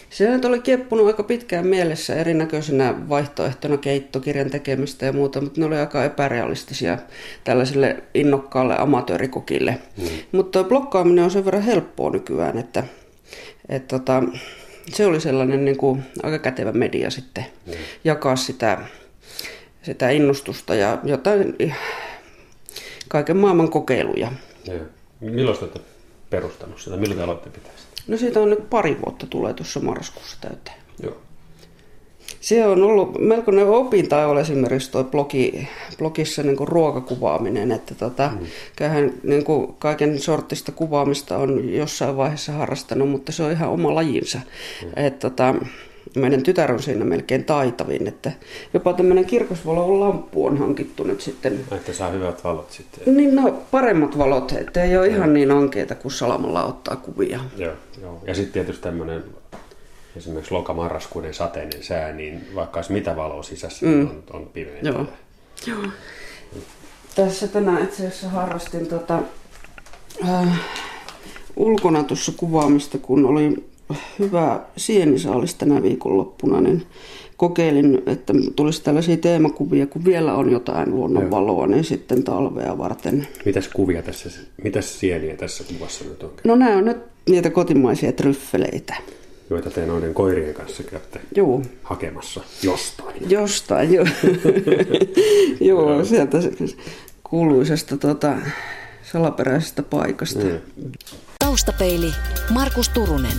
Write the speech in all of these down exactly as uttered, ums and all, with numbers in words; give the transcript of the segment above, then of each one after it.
Se nyt oli kieppunut aika pitkään mielessä erinäköisenä vaihtoehtona keittokirjan tekemistä ja muuta, mutta ne oli aika epärealistisia tällaiselle innokkaalle amatöörikokille. Mm. Mutta blokkaaminen on sen verran helppoa nykyään, että, että tota, se oli sellainen niin kuin aika kätevä media sitten mm. jakaa sitä, sitä innostusta ja jotain kaiken maailman kokeiluja. Ja milloin te olette perustanut sitä? Milloin te aloitte pitää sitä? No siitä on nyt pari vuotta tulee tuossa marraskuussa täyteen. Joo. Se on ollut melkoinen opinta esimerkiksi tuo blogi, blogissa niin kuin ruokakuvaaminen, että tota, mm. kyllähän niin kuin kaiken sortista kuvaamista on jossain vaiheessa harrastanut, mutta se on ihan oma lajinsa. Mm. Et, tota, meidän tytär on siinä melkein taitavin, että jopa tämmöinen kirkasvalon lamppu on hankittu nyt sitten. Että saa hyvät valot sitten. Niin, no paremmat valot, että ei ole mm. ihan niin ankeita kuin salamalla ottaa kuvia. Joo, joo. Ja sitten tietysti tämmöinen esimerkiksi loka-marraskuuden sateinen sää, niin vaikka olisi mitä valoa sisässä, mm. on, on pimeää. Joo. Joo. Mm. Tässä tänään itse asiassa harrastin tota, äh, ulkona tuossa kuvaamista, kun oli hyvä sienisaalis tänä viikonloppuna, niin kokeilin, että tulisi tällaisia teemakuvia, kun vielä on jotain luonnonvaloa, niin sitten talvea varten. Mitäs kuvia tässä, mitäs sieniä tässä kuvassa nyt on? No nämä on nyt niitä kotimaisia tryffeleitä. Joita te noiden koirien kanssa käytte Juu. hakemassa jostain. Jostain, joo. joo, sieltä kuuluisesta tota, salaperäisestä paikasta. Mm. Taustapeili Markus Turunen.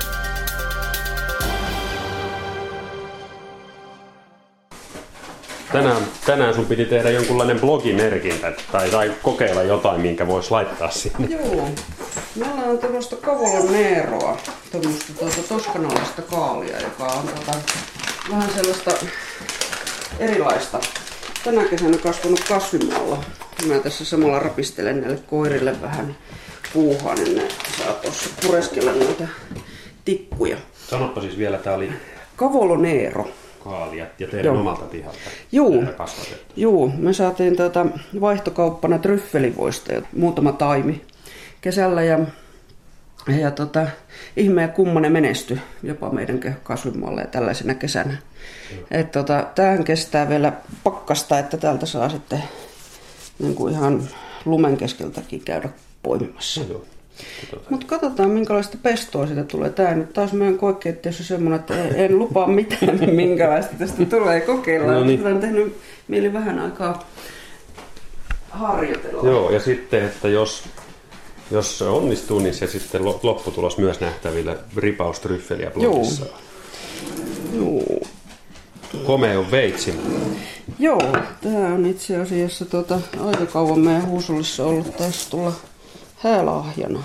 Tänään, tänään sun piti tehdä jonkunlainen blogimerkintä tai, tai kokeilla jotain, minkä voisi laittaa sinne. Joo. Meillä on tämmöistä Cavolon Neroa, tämmöistä tuota toskanalaista kaalia, joka on tuota, vähän sellaista erilaista. Tänä kesänä kasvanut kasvimaalla. Mä tässä samalla rapistelen näille koirille vähän puuhaa, niin ne saa tuossa pureskella noita tikkuja. Sanoppa siis vielä, tää oli Cavolon Nero. Kaalia ja teidän Joo. omalta pihalta. Juu, Juu, me saatiin tuota vaihtokauppana tryffelivoista ja muutama taimi kesällä ja, ja tota, ihme ja kumma ne menestyi jopa meidän kasvimaalle ja tällaisena kesänä. Et tota, tämähän kestää vielä pakkasta, että täältä saa sitten niin kuin ihan lumen keskeltäkin käydä poimimassa. Joo. Mutta katsotaan, minkälaista pestoa siitä tulee. Tämä nyt taas meidän koekeittiössä semmoinen, että en lupaa mitään, minkälaista tästä tulee kokeilla. No niin. Olen tehnyt mieli vähän aikaa harjoitella. Joo, ja sitten, että jos, jos se onnistuu, niin se sitten lopputulos myös nähtävillä Ripaus Tryffeliä blogissa. Joo. Komea on veitsi. Joo, tämä on itse asiassa tuota, aika kauan meidän huusullissa ollut. Taisi tulla häälahjana.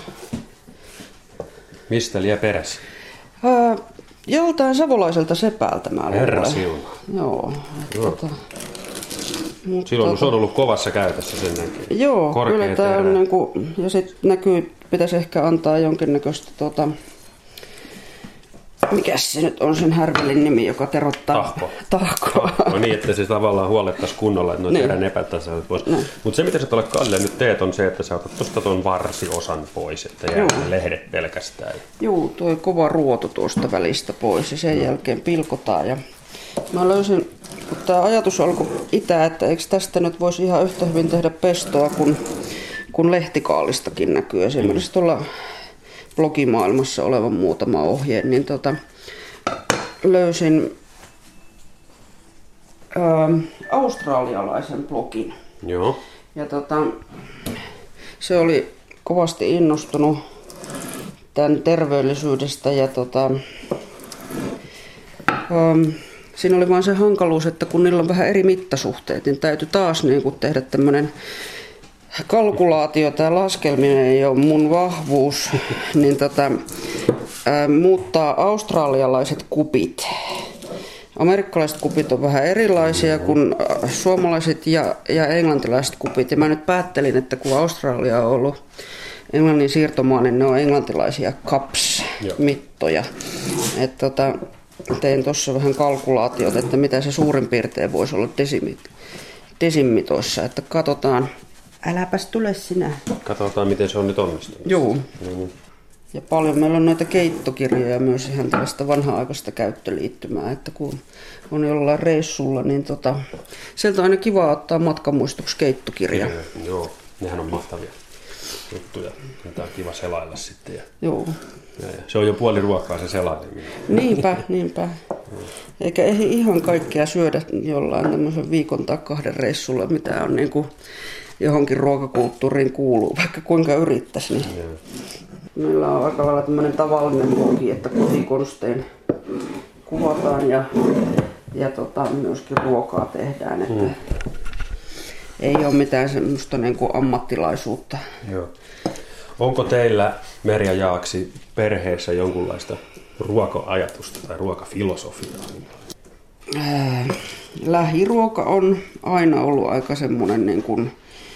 Mistä liian perässä? Ää, joltain savolaiselta sepältä mä luulen. Herra siunaa. Joo. Joo. Tota, mutta, Silloin se on ollut kovassa käytössä sen näkee. Joo, Korkea kyllä tämä on niinku, ja sitten näkyy, pitäisi ehkä antaa jonkinnäköistä tota, mikäs se nyt on sen härvelin nimi, joka terottaa tahkoa. tahkoa. No niin, että se tavallaan huolettaisiin kunnolla, että noita niin. teidän epätasaiset pois. No. Mutta se, mitä sä tuolla Kallille nyt teet, on se, että sä otat tuosta tuon varsiosan pois, että jää ne lehdet pelkästään. Joo, tuo kova ruoto tuosta välistä pois ja sen no. jälkeen pilkotaan. Ja mä löysin, kun tämä ajatus alkoi itää, että eikö tästä nyt voisi ihan yhtä hyvin tehdä pestoa, kun, kun lehtikaalistakin näkyy. Esimerkiksi tuolla blogimaailmassa olevan muutama ohje, niin tota, löysin ää, australialaisen blogin. Joo. Ja tota, se oli kovasti innostunut tämän terveellisyydestä ja tota, ää, siinä oli vain se hankaluus, että kun niillä on vähän eri mittasuhteet, niin täytyy taas niin kuin tehdä tämmöinen kalkulaatio tai laskelminen ei ole mun vahvuus, niin tota, ää, muuttaa australialaiset kupit. Amerikkalaiset kupit on vähän erilaisia kuin suomalaiset ja, ja englantilaiset kupit. Ja mä nyt päättelin, että kun Australia on ollut Englannin siirtomaa, niin ne on englantilaisia cups-mittoja. Et tota, tein tuossa vähän kalkulaatiot, että mitä se suurin piirtein voisi olla desimit, desimitoissa. Että katsotaan. Äläpäs tule sinä. Katsotaan, miten se on nyt onnistunut. Joo. Mm-hmm. Ja paljon meillä on noita keittokirjoja myös ihan tällaista vanha-aikaista käyttöliittymää, että kun on jollain reissulla, niin tota, sieltä on aina kiva ottaa matkamuistoksi keittokirja. Joo, joo, nehän on mahtavia juttuja. Niitä on kiva selailla sitten. Ja, joo. Ja, ja. Se on jo puoli ruokaa se selaileminen. Niinpä, niinpä. Eikä ehdi ihan kaikkea syödä jollain tämmöisen viikon tai kahden reissulla, mitä on niin kuin johonkin ruokakulttuuriin kuuluu, vaikka kuinka yrittäisi. Niin. Meillä on aika lailla tämmöinen tavallinen blogi, että kotikonstein kuvataan ja, ja tota, myöskin ruokaa tehdään. Että mm. ei ole mitään semmoista niin kuin ammattilaisuutta. Joo. Onko teillä, Merja Jaaksi, perheessä jonkunlaista ruoka-ajatusta tai ruokafilosofiaa? Ää, lähiruoka on aina ollut aika semmoinen niin kuin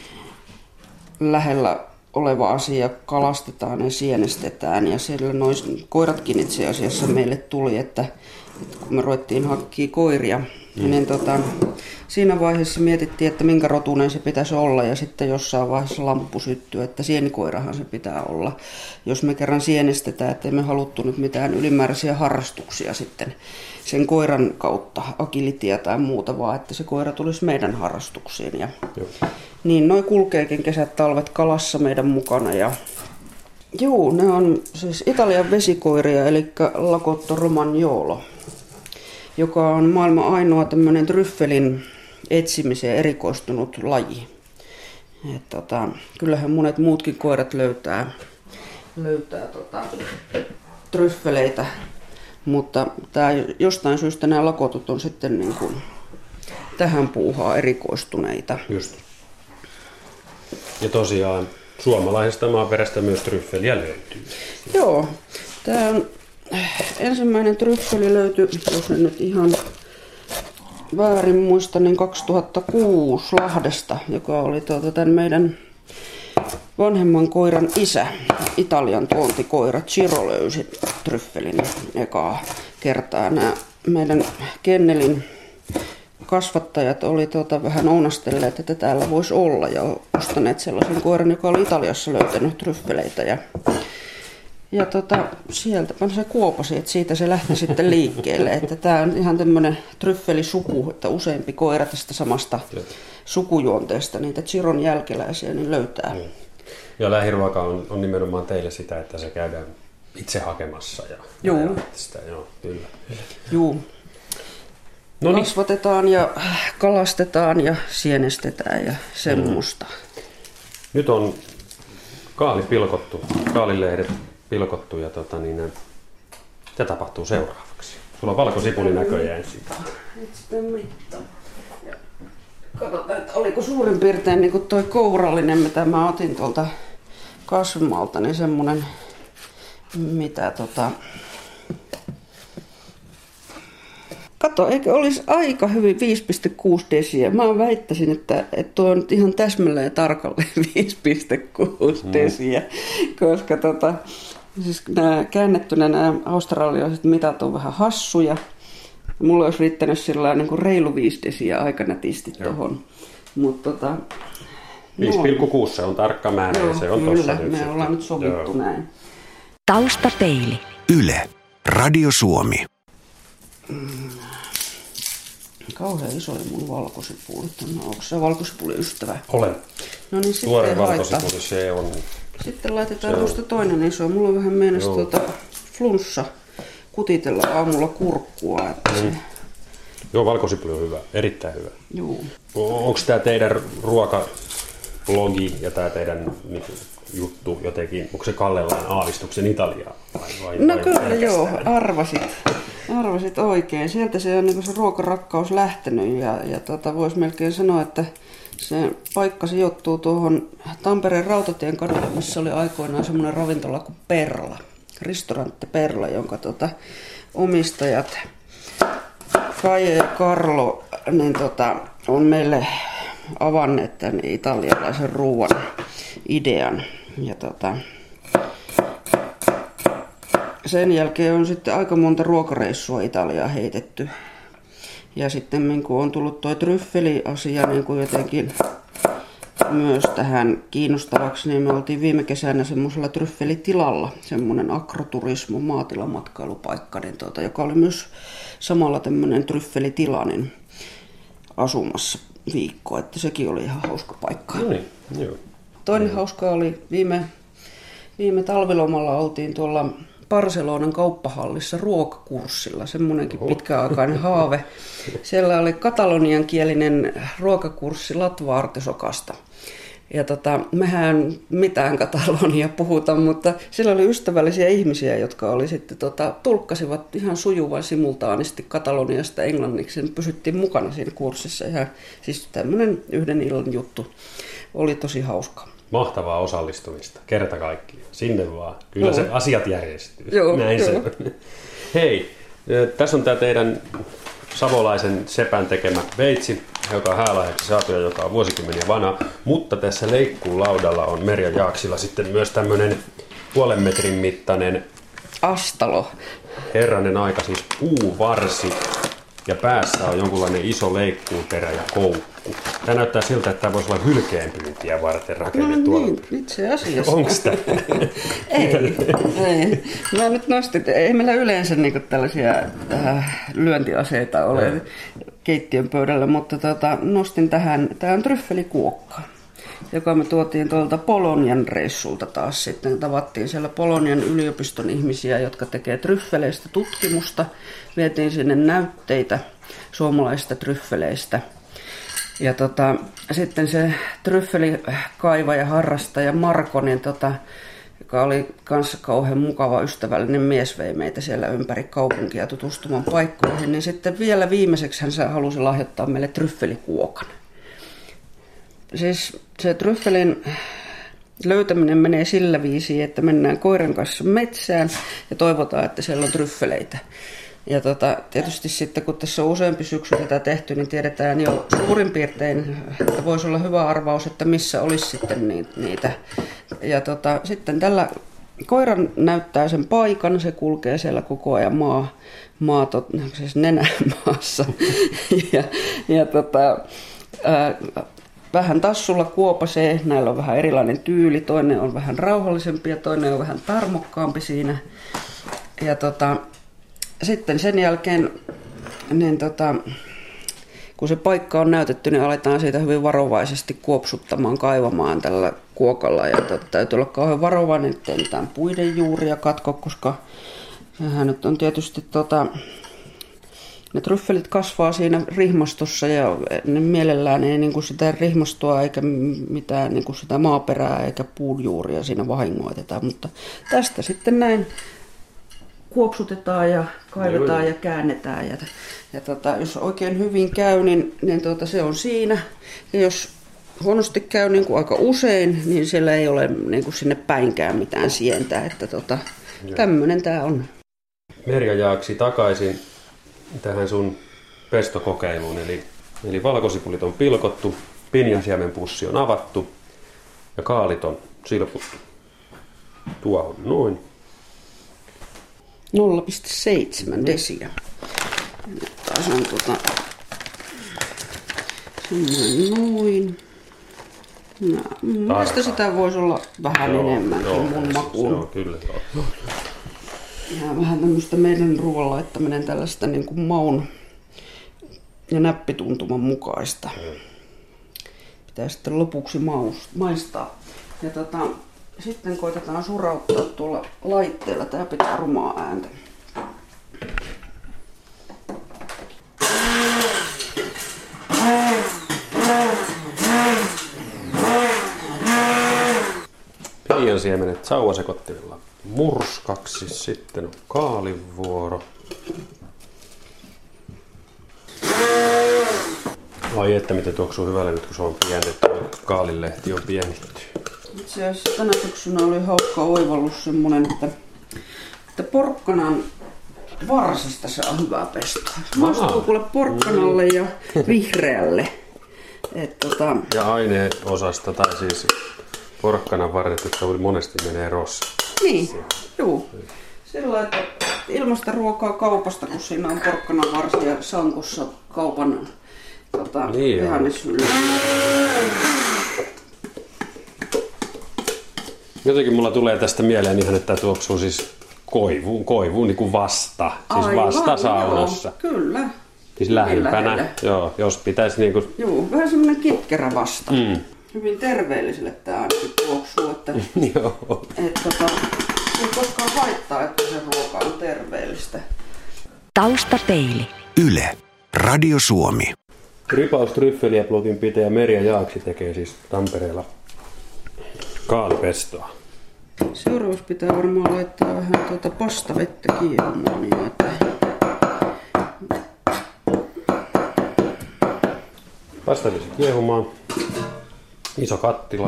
lähellä oleva asia. Kalastetaan ja sienestetään ja siellä nois, koiratkin itse asiassa meille tuli, että, että kun me ruvettiin hankkia koiria, mm. niin tota, siinä vaiheessa mietittiin, että minkä rotuinen se pitäisi olla ja sitten jossain vaiheessa lamppu syttyi, että sienikoirahan se pitää olla. Jos me kerran sienestetään, ettei me haluttu nyt mitään ylimääräisiä harrastuksia sitten sen koiran kautta, agilitia tai muuta, vaan että se koira tulisi meidän harrastuksiin. Ja niin noi kulkeekin kesät talvet kalassa meidän mukana. Ja juu, ne on siis Italian vesikoiria, eli Lagotto Romagnolo, joka on maailman ainoa tämmöinen tryffelin etsimiseen erikoistunut laji. Et tota, kyllähän monet muutkin koirat löytää, löytää tota, tryffeleitä, mutta tää, jostain syystä nämä lakotut on sitten niin kuin tähän puuhaan erikoistuneita. Just. Ja tosiaan suomalaisesta maaperästä myös tryffeliä löytyy. Joo, tämä on ensimmäinen tryffeli löytyi, jos en nyt ihan väärin muista, niin kaksituhattakuusi Lahdesta, joka oli tuota tämän meidän vanhemman koiran isä, Italian tuontikoira Ciro löysi tryffelin ekaa kertaa. Nämä meidän kennelin kasvattajat oli tuota vähän ounastelleet, että täällä voisi olla ja ostaneet sellaisen koiran, joka oli Italiassa löytänyt tryffeleitä. Ja, ja tota, sieltäpä se kuopasi, että siitä se lähti sitten liikkeelle. Että tämä on ihan tämmöinen tryffelisuku, että useampi koira tästä samasta sukujuonteesta, niitä Ciron jälkeläisiä, niin löytää. Ja lähiruoka on, on nimenomaan teille sitä, että se käydään itse hakemassa. Ja, Juu. ja sitä, joo, kyllä. Juu. Noniin. Kasvatetaan ja kalastetaan ja sienestetään ja semmoista. Mm. Nyt on kaali pilkottu, kaalilehdet pilkottu ja tota, niin, mitä tapahtuu seuraavaksi? Sulla on valkosipuli näköjään siitä. Katsotaan, että oliko suurin piirtein niin kuin toi kourallinen, mitä mä otin tuolta kasvimalta, niin semmonen, mitä tota... Kato, eikö olisi aika hyvin viisi pilkku kuusi desiä? Mä väittäisin, että, että tuo on ihan täsmälleen tarkalleen viisi pilkku kuusi desiä, koska tota, siis nämä käännettynä nämä australialaiset mitat on vähän hassuja. Mulla olisi riittänyt sillä niin kuin reilu viisi desiä aika nätisti tuohon. Tota, viisi pilkku kuusi se on tarkka määrä ja se on kyllä, tossa nyt. Me ollaan nyt sovittu Joo. näin. Taustapeili. Yle. Radio Suomi. Mm. Kauhean isoja mun valkosipulit. No, onko se valkosipuliystävä? Olen. No niin, tuore valkosipuli, se on. Sitten laitetaan tuosta toinen iso. Mulla on vähän meinasi tuota flunssa kutitella aamulla kurkkua. Että mm. se... Joo, valkosipuli on hyvä. Erittäin hyvä. Joo. Onko tämä teidän ruokablogi ja tämä teidän niin, juttu jotenkin, onko se Kallellaan aavistuksen Italiaa? Vai, vai, no vai kyllä joo, arvasit. Arvasit oikein. Sieltä se on niin se ruokarakkaus lähtenyt ja, ja tota, voisi melkein sanoa, että se paikka sijoittuu tuohon Tampereen Rautatien kadulle, missä oli aikoinaan semmoinen ravintola kuin Perla, Ristorante Perla, jonka tota, omistajat Kaija ja Karlo niin tota, on meille avanneet tämän italialaisen ruoan idean. Ja tota, sen jälkeen on sitten aika monta ruokareissua Italiaa heitetty. Ja sitten kun on tullut tuo tryffeli-asia niin kuin jotenkin myös tähän kiinnostavaksi, niin me oltiin viime kesänä semmoisella tryffelitilalla, semmoinen agroturismo maatilamatkailupaikka, niin tuota, joka oli myös samalla tämmöinen tryffelitila niin asumassa viikko, että sekin oli ihan hauska paikka. No niin, joo. Toinen no. hauska oli viime, viime talvilomalla oltiin tuolla Barcelonan kauppahallissa ruokakurssilla, semmoinenkin pitkäaikainen haave. Siellä oli katalonian kielinen ruokakurssi latva-artisokasta. Ja tota, mehän mitään katalonia puhuta, mutta siellä oli ystävällisiä ihmisiä, jotka oli sitten, tota, tulkkasivat ihan sujuvan simultaanisti kataloniasta englanniksi. Me pysyttiin mukana siinä kurssissa. Ja siis tämmöinen yhden illan juttu oli tosi hauska. Mahtavaa osallistumista, kerta kaikkiaan. Sinne vaan. Kyllä Joo. se asiat järjestyy. Joo, Näin joo. se on. Hei, tässä on tämä teidän savolaisen sepän tekemä veitsi, joka on häälahjaksi saatu ja joka on vuosikymmeniä vanha. Mutta tässä leikkuulaudalla on Merja Jaaksilla sitten myös tämmöinen puolen metrin mittainen Astalo. herranen aika, siis puuvarsi. Ja päässä on jonkunlainen iso leikkuuperä ja koukku. Tämä näyttää siltä, että tämä voisi olla hylkeenpyyntiä varten rakennettu. No niin, itse asiassa. Onko tämä? ei, ei. Mä nyt nostin, ei meillä yleensä niinku tällaisia äh, lyöntiaseita ole ei. keittiön pöydällä, mutta tota, nostin tähän, tämä on tryffelikuokka, joka me tuotiin tuolta Polonian reissulta taas sitten. Tavattiin siellä Polonian yliopiston ihmisiä, jotka tekee tryffeleistä tutkimusta. Vietiin sinne näytteitä suomalaisista tryffeleistä. Ja tota, sitten se tryffelikaivaja harrastaja Marko, niin tota, joka oli kanssa kauhean mukava ystävällinen mies, vei meitä siellä ympäri kaupunkia tutustumaan paikkoihin, niin sitten vielä viimeiseksi hän halusi lahjoittaa meille tryffelikuokan. Siis se tryffelin löytäminen menee sillä viisiin, että mennään koiran kanssa metsään ja toivotaan, että siellä on tryffeleitä. Ja tota, tietysti sitten, kun tässä on useampi syksy tätä tehty, niin tiedetään jo suurin piirtein, että voisi olla hyvä arvaus, että missä olisi sitten niitä. Ja tota, sitten tällä koiran näyttää sen paikan, se kulkee siellä koko ajan maa, maa tot, siis nenämaassa. ja, ja tota, ää, vähän tassulla kuopasee, näillä on vähän erilainen tyyli, toinen on vähän rauhallisempi ja toinen on vähän tarmokkaampi siinä. Ja tota, sitten sen jälkeen, niin tota, kun se paikka on näytetty, niin aletaan siitä hyvin varovaisesti kuopsuttamaan, kaivamaan tällä kuokalla. Ja tota, täytyy olla kauhean varovainen, ettei mitään puiden juuria katko, koska sehän nyt on tietysti, tota, ne tryffelit kasvaa siinä rihmastossa ja ne mielellään ei niin kuin sitä rihmastoa eikä mitään niin kuin sitä maaperää eikä puunjuuria siinä vahingoiteta. Mutta tästä sitten näin kuopsutetaan ja kaivetaan Joo. ja käännetään. Ja, ja tota, jos oikein hyvin käy, niin, niin tota, se on siinä. Ja jos huonosti käy niin kuin aika usein, niin siellä ei ole niin kuin sinne päinkään mitään sientää. Että tota, tämmöinen tämä on. Merja Jaaksi, takaisin tähän sun pestokokeiluun. Eli, eli valkosipulit on pilkottu, pinjansiemenpussi on avattu ja kaalit on silputtu. Tuohon noin. nolla pilkku seitsemän desiä. Nyt taas on tota, semmoinen noin. No, mielestä sitä voisi olla vähän joo, enemmänkin joo, mun makuun. Joo, kyllä. Joo. Ja vähän tämmöistä meidän ruoan laittaminen tällaista niin kuin maun ja näppituntuman mukaista. Mm. Pitää sitten lopuksi maistaa. Ja tota, sitten koitetaan surauttaa tuolla laitteella. Tää pitää rumaa ääntä. Pinjansiemenet sauvasekoittimella murskaksi. Sitten on kaalivuoro. Ai että miten tuoksuu hyvälle nyt kun se on pienetty. Kaalilehti on pienitty. Itse asiassa tänä syksynä oli hauska oivallus semmonen, että, että porkkanan varsista saa hyvää pestoa. Se maistuu kuule porkkanalle ja vihreälle. Et, tota... Ja aineosasta, tai siis porkkanan varret, jotka monesti menee rossa. Niin, juu. Sillä että ilmasta ruokaa kaupasta, kun siinä on porkkanan varsi ja sankussa kaupan tota, niin vihannesyllyä. Jotenkin mulla tulee tästä mieleen ihan, että tuoksuu siis koivuun, koivuun niin kuin vasta. Siis Aivan, vasta saunassa. Joo, kyllä. Siis lähimpänä, lähellä. joo, jos pitäisi niin kuin... Joo, vähän semmoinen kitkerä vasta. Mm. Hyvin terveelliselle tämä ainakin tuoksuu, että, Joo. että tota, ei koskaan haittaa, että se ruoka on terveellistä. Taustapeili. Yle, Radio Suomi. Ripaus Tryffeliä blogin pitäjä Merja Jaaksi tekee siis Tampereella kaalipestoa. Seuraavaksi pitää varmaan laittaa vähän tuota pastavettä kiehumaan niin, että... Pastavesi kiehumaan. Iso kattila.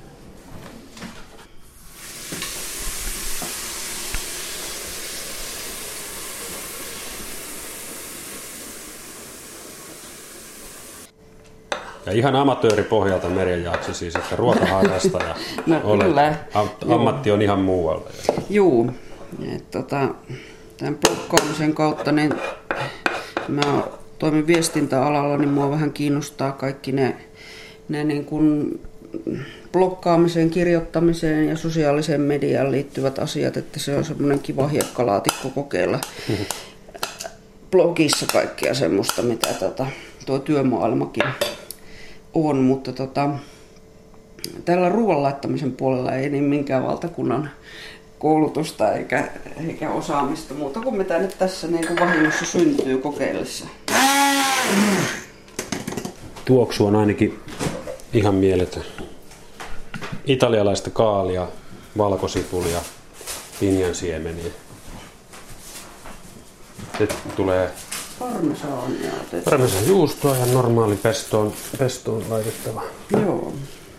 Ja ihan amatööripohjalta Merja Jaaksi siis, että ruokaharrastaja No, olet. kyllä. Am- ammatti on ihan muualla. Juu, että tota, tämän bloggaamisen kautta niin mä toimin viestintäalalla, niin mua vähän kiinnostaa kaikki ne, ne niin kuin bloggaamiseen, kirjoittamiseen ja sosiaaliseen mediaan liittyvät asiat, että se on semmoinen kiva hiekkalaatikko kokeilla blogissa kaikkea semmoista, mitä tota, tuo työmaailmakin on, mutta tota, tällä ruoan laittamisen puolella ei niin minkään valtakunnan koulutusta eikä, eikä osaamista muuta kuin mitä nyt tässä niin kuin vahingossa syntyy kokeillessa. Tuoksu on ainakin ihan mieletön. Italialaista kaalia, valkosipulia, pinjansiemeniä. Sitten tulee Parmesaania otetaan. parmesan juustoa ja normaali pestoon, pestoon laitettava. Joo.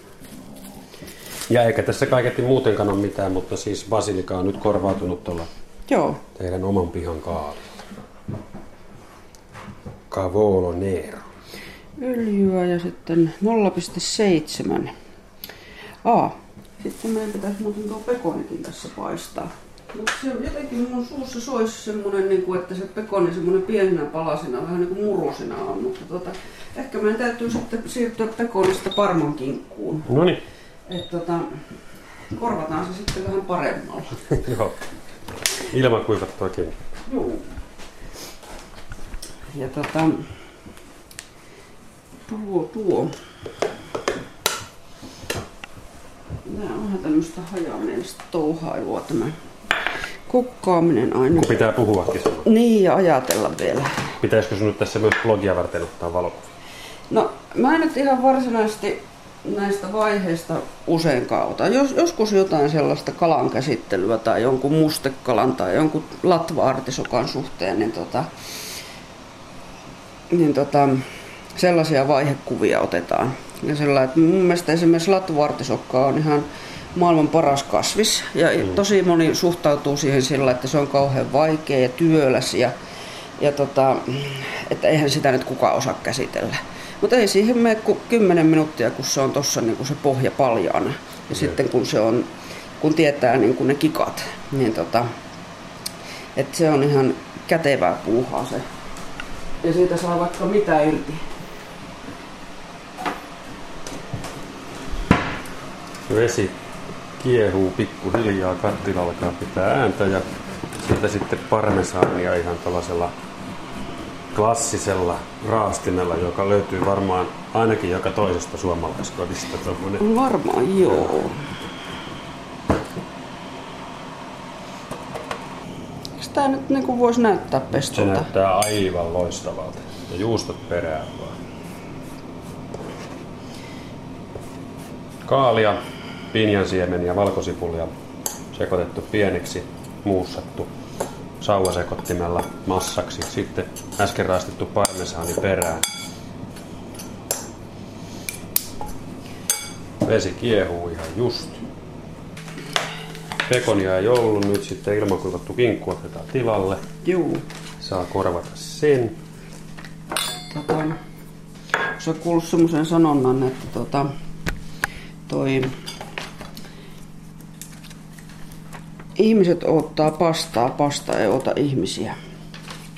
Ja eikä tässä kaiketi muutenkaan ole mitään, mutta siis basilika on nyt korvautunut tuolla Joo. teidän oman pihan kaalilla. Cavolo Nero. Öljyä ja sitten nolla pilkku seitsemän. Aa, sitten meidän pitäisi muuten tuo pekonikin tässä paistaa. Mutta se jotenkin mun suussa soisi semmonen, niin kuin, että se pekoni semmonen pieninä palasina, vähän niin kuin murusina on. Mutta tota, ehkä meidän täytyy sitten siirtyä pekonista parman kinkkuun. Noniin. Että tota, korvataan se sitten vähän paremmalla. Joo. Ilma kuivattaa kiinni. Joo. Ja tota, tuo, tuo. Tää on vähän tämmöstä hajamielistä touhailua tämä kokkaaminen aina. Kun pitää puhuakin. Niin, ja ajatella vielä. Pitäisikö sun nyt tässä myös blogia varten ottaa valokuvia? No, mä en nyt ihan varsinaisesti näistä vaiheista usein kauta. Jos, joskus jotain sellaista kalan käsittelyä tai jonkun mustekalan tai jonkun latva-artisokan suhteen, niin, tota, niin tota, sellaisia vaihekuvia otetaan. Ja sellainen, että mun mielestä esimerkiksi latva-artisokka on ihan maailman paras kasvis. Ja mm. tosi moni suhtautuu siihen sillä, että se on kauhean vaikea ja työläs ja, ja tota, että eihän sitä nyt kukaan osaa käsitellä. Mutta ei siihen mene kuin kymmenen minuuttia, kun se on tuossa niin se pohja paljaana. Ja okay. Sitten kun, se on, kun tietää niin kuin ne kikat, niin tota, että se on ihan kätevää puuhaa se. Ja siitä saa vaikka mitä irti. Vesi kiehuu pikkuhiljaa, kattila alkaa pitää ääntä ja siitä sitten parmesaania ihan tällaisella klassisella raastimella, joka löytyy varmaan ainakin joka toisesta suomalaiskodista. Tommonen. Varmaan joo. Eikö tää nyt niin kuin voisi näyttää pestolta? Se näyttää aivan loistavalta. Ja juustot perään vaan. Kaalia, pinjansiemeniä, valkosipulia sekoitettu pieneksi, muussattu sauvasekottimella massaksi. Sitten äsken raastettu parmesaani perään. Vesi kiehuu ihan just. Pekonia ei ollut, nyt sitten ilmakuivattu kinkku otetaan tilalle. Juu. Saa korvata sen. Tota, jos on kuullut semmoisen sanonnan, että tota, toi ihmiset odottaa pastaa, pasta ei ota ihmisiä.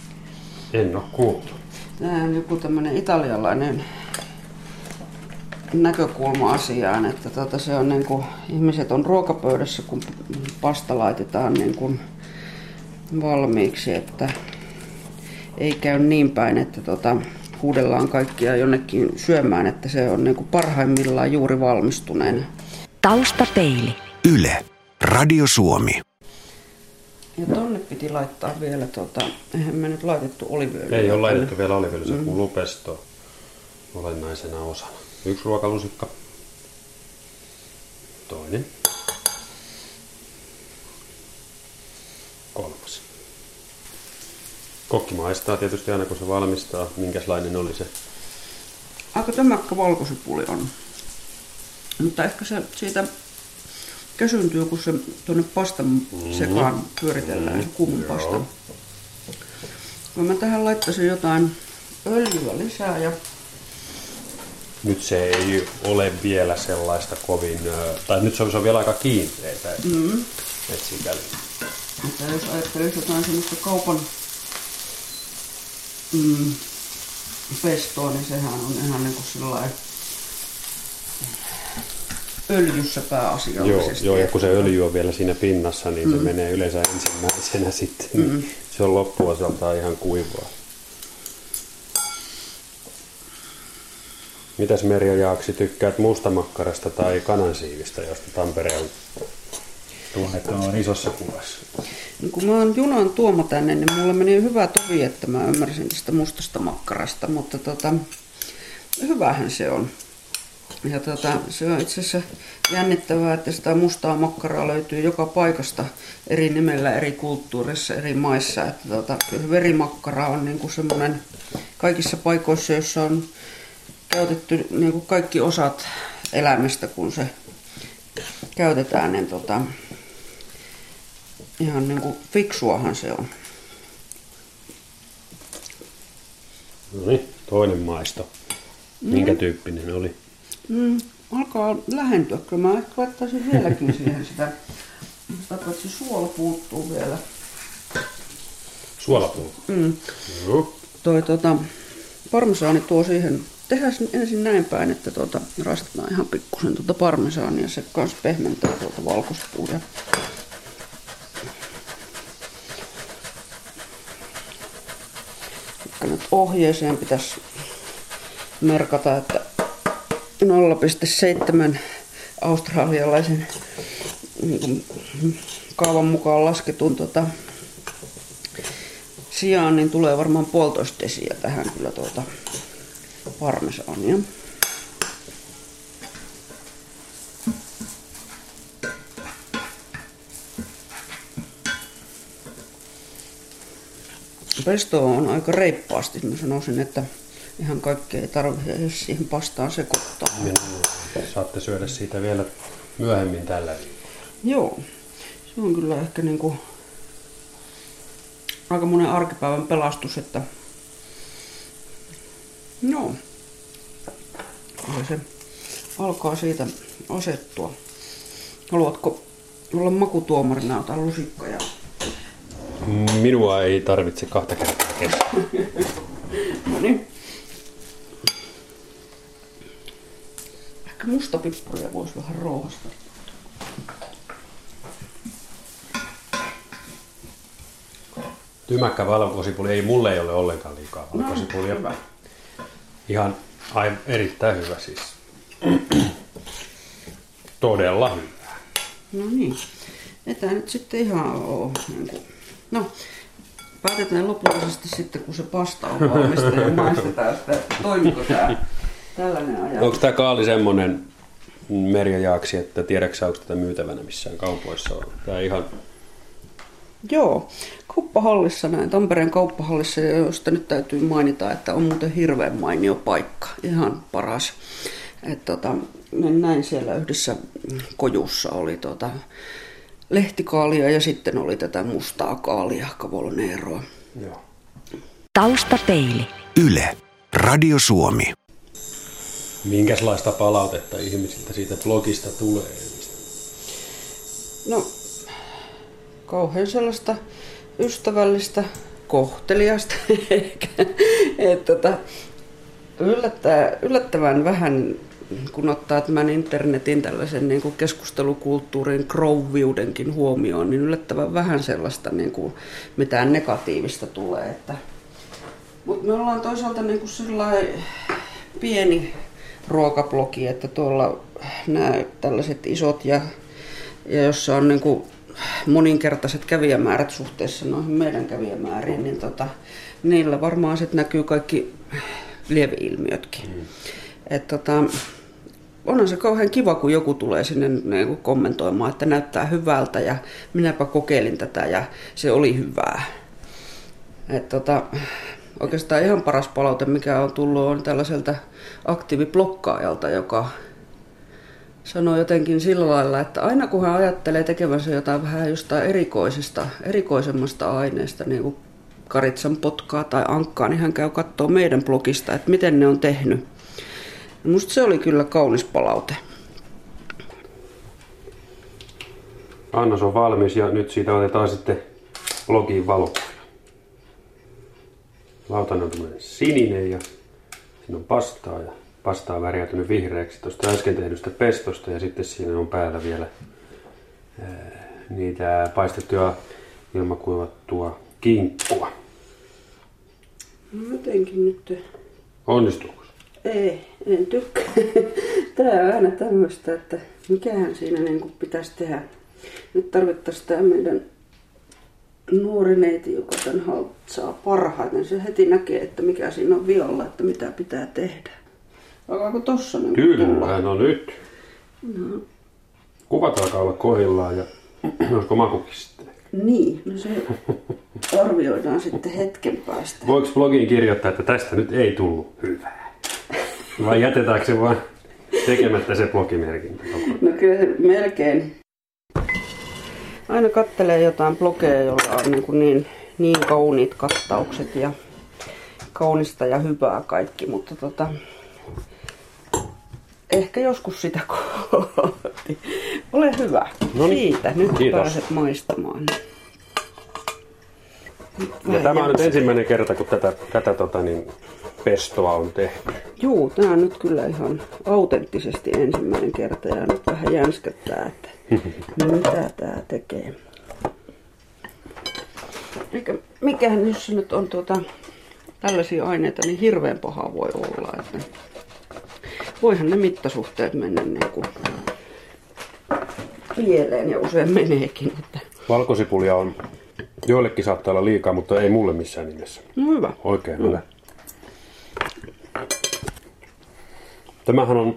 En ole kuullut. Tämä on joku tämmöinen italialainen näkökulma asiaan, että tota, se on niin kuin, ihmiset on ruokapöydässä, kun pasta laitetaan niin kuin valmiiksi, että ei käy niin päin, että tota, huudellaan kaikkia jonnekin syömään, että se on niin kuin parhaimmillaan juuri valmistuneena. Taustapeili. Yle. Radio Suomi. Ja tonne piti laittaa vielä, tota, eihän me nyt laitettu oliviöljyä. Ei ole laitettu vielä oliviöljyä, se kuuluu pestoon olennaisena osana. Yksi ruokalusikka. Toinen. Kolmas. Kokki maistaa tietysti aina kun se valmistaa. Minkälainen oli se? Aika tömäkkä valkosipuli on. Mutta ehkä se siitä käsyntyy, kun se tuonne pastan sekaan pyöritellään, se kuumun pasta. Kun mä tähän laittaisin jotain öljyä lisää ja... Nyt se ei ole vielä sellaista kovin, tai nyt se on, se on vielä aika kiinteitä, mm-hmm. et sikäli. Mutta jos ajattelisi jotain semmoista kaupan mm, pestoa, niin sehän on ihan niin kuin sellainen öljyssä pääasiallisesti. Joo, joo, ja kun se öljy on vielä siinä pinnassa, niin mm. se menee yleensä ensimmäisenä sitten. Mm. Se on loppuosaltaan ihan kuivaa. Mitäs Merja Jaaksi, tykkäät mustamakkarasta tai kanansiivistä, josta Tampere on tunnetaan isossa kuvassa? No, kun mä oon junan tuoma tänne, niin mulla meni hyvä tovi, että mä ymmärsin tästä mustasta makkarasta, mutta tota, hyvähän se on. Ja tota, se on itse asiassa jännittävää, että sitä mustaa makkaraa löytyy joka paikasta eri nimellä, eri kulttuurissa, eri maissa. Että tota, kyllä verimakkara on niin kuin semmoinen kaikissa paikoissa, joissa on käytetty niin kuin kaikki osat elämästä, kun se käytetään, niin tota, ihan niin kuin fiksuahan se on. No niin, toinen maisto. Minkä mm. tyyppinen oli? Mm, alkaa lähentyä. Kyllä mä ehkä laittaisin vieläkin siihen sitä. Sitä paitsi suola puuttuu vielä. Suola puuttuu? Mm. No. Toi tota, parmesaani tuo siihen. Tehdään ensin näin päin, että tuota, rastetaan ihan pikkusen tuota parmesaania. Se kanssa pehmentää tuota valkospuuja. Nyt ohjeeseen pitäisi merkata, että nolla pilkku seitsemän australialaisen niin kaavan mukaan lasketun tota, sijaan, niin tulee varmaan puolitoista desiä tähän kyllä tuota parmesaania. Pesto on aika reippaasti. Mä sanoisin, että ihan kaikkea ei tarvitse siihen pastaan sekoittaa. Saatte syödä siitä vielä myöhemmin tällä viikolla. Joo, se on kyllä ehkä niinku aika monen arkipäivän pelastus, että no, se alkaa siitä asettua. Haluatko olla makutuomarina, ota lusikka ja... Minua ei tarvitse kahta kertaa kestää. No niin. Ehkä mustapippuria voisi vähän rouhasta. Tymäkkä valkosipuli, ei mulle ei ole ollenkaan liikaa valkosipulia. No, ihan aivan erittäin hyvä siis. Todella hyvä. No niin. Ei tää nyt sitten ihan oo. No, päätetään lopullisesti sitten, kun se pasta on valmista ja maistetaan sitä, että toimiko tää tällainen ajatus. Onko tää kaali semmonen Merja Jaaksi, että tiedätkö sä, onko tätä myytävänä missään kaupoissa? On tää ihan... Joo, kauppahallissa näin, Tampereen kauppahallissa, josta nyt täytyy mainita, että on muuten hirveän mainio paikka, ihan paras. Et tota, näin siellä yhdessä kojussa oli tota, lehtikaalia ja sitten oli tätä mustaa kaalia, Cavoloneroa. Joo. Taustapeili. Yle. Radio Suomi. Minkälaista palautetta ihmisiltä siitä blogista tulee? No, kauhean sellaista ystävällistä, kohteliasta ehkä. Et, tota, yllättää, yllättävän vähän kun ottaa tämän internetin tällaisen niin kuin keskustelukulttuurin krouviudenkin huomioon, niin yllättävän vähän sellaista niin kuin mitään negatiivista tulee. Että... Mutta me ollaan toisaalta niin kuin sellainen pieni ruokablogi, että tuolla nämä tällaiset isot ja, ja jossa on niin kuin moninkertaiset kävijämäärät suhteessa noihin meidän kävijämääriin, niin tota, niillä varmaan sitten näkyy kaikki lieveilmiötkin. Mm. Et tota, onhan se kauhean kiva, kun joku tulee sinne niin kommentoimaan, että näyttää hyvältä ja minäpä kokeilin tätä ja se oli hyvää. Et tota, oikeastaan ihan paras palaute, mikä on tullut, on tällaiselta aktiiviblokkaajalta, joka sanoo jotenkin sillä lailla, että aina kun hän ajattelee tekevänsä jotain vähän jostain erikoisesta, erikoisemmasta aineesta, niin kuin karitsan potkaa tai ankkaa, niin hän käy katsoo meidän blogista, että miten ne on tehnyt. Musta se oli kyllä kaunis palaute. Annos on valmis ja nyt siitä otetaan sitten blogiin valokuvia. Lautan on tämmöinen sininen ja siinä on pastaa ja pastaa on värjäytynyt vihreäksi tuosta äsken tehdystä pestosta ja sitten siinä on päällä vielä ää, niitä paistettuja ilmakuivattua kinkkua. No jotenkin nyt... Onnistuuko? Ei, en tykkää. Tää on aina tämmöistä, että mikähän siinä niin kuin pitäisi tehdä. Nyt tarvittaisiin tämä meidän nuori neiti, joka tämän haltsaa parhaiten. Se heti näkee, että mikä siinä on vialla, että mitä pitää tehdä. Alkaako tossa niin Kyllä, tulla? no nyt. No. Kuvat alkaa olla kohdillaan ja olisiko makukin sitten? Niin, no se arvioidaan sitten hetken päästä. Voiko blogiin kirjoittaa, että tästä nyt ei tullut hyvää? Vai jätetäänkö se vaan tekemättä se blogimerkintä? No kyllä se melkein. Aina kattelee jotain blogeja, jolla on niin, niin, niin kauniit kattaukset ja kaunista ja hyvää kaikki, mutta tota, ehkä joskus sitä kohti. Ole hyvä. Noniin. Siitä nyt Kiitos. Pääset maistamaan. Ja tämä on nyt ensimmäinen kerta, kun tätä, tätä tota, niin, pestoa on tehty. Juu, tämä on nyt kyllä ihan autenttisesti ensimmäinen kerta ja nyt vähän jänskättää, että mitä tämä tekee. Eikä mikähän jos se nyt on tuota, tällaisia aineita, niin hirveän paha voi olla. Että voihan ne mittasuhteet mennä niin kuin pieleen ja usein meneekin. Että... Valkosipulia on, joillekin saattaa olla liikaa, mutta ei mulle missään nimessä. No hyvä. Oikein hyvä. Tämähän on,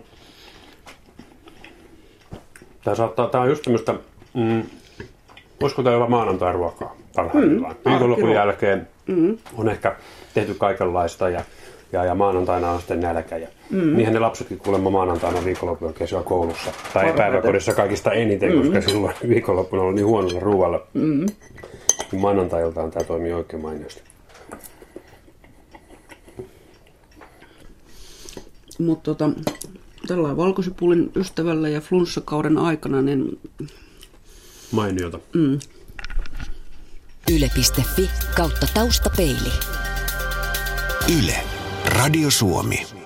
tää saattaa, tää on just tämmöstä, mm, voisiko tää olla maanantai-ruokaa parhaimmillaan. Mm, Viikonlopun jälkeen mm. on ehkä tehty kaikenlaista ja, ja, ja maanantaina on sitten nälkä. Ja mm. niinhän ne lapsetkin kuulemma maanantaina viikonlopun jälkeen siellä koulussa. Tai Parhaiten. Päiväkodissa kaikista eniten, mm. koska silloin viikonloppuna on niin huonolla ruualla. Mm. Maanantai-iltaan tää toimii oikein mainiosti. Mutta tota, tällainen valkosipulin ystävällä ja flunssakauden aikana, niin... Mainiota. Mm. Yle piste fi kautta taustapeili. Yle, Radio Suomi.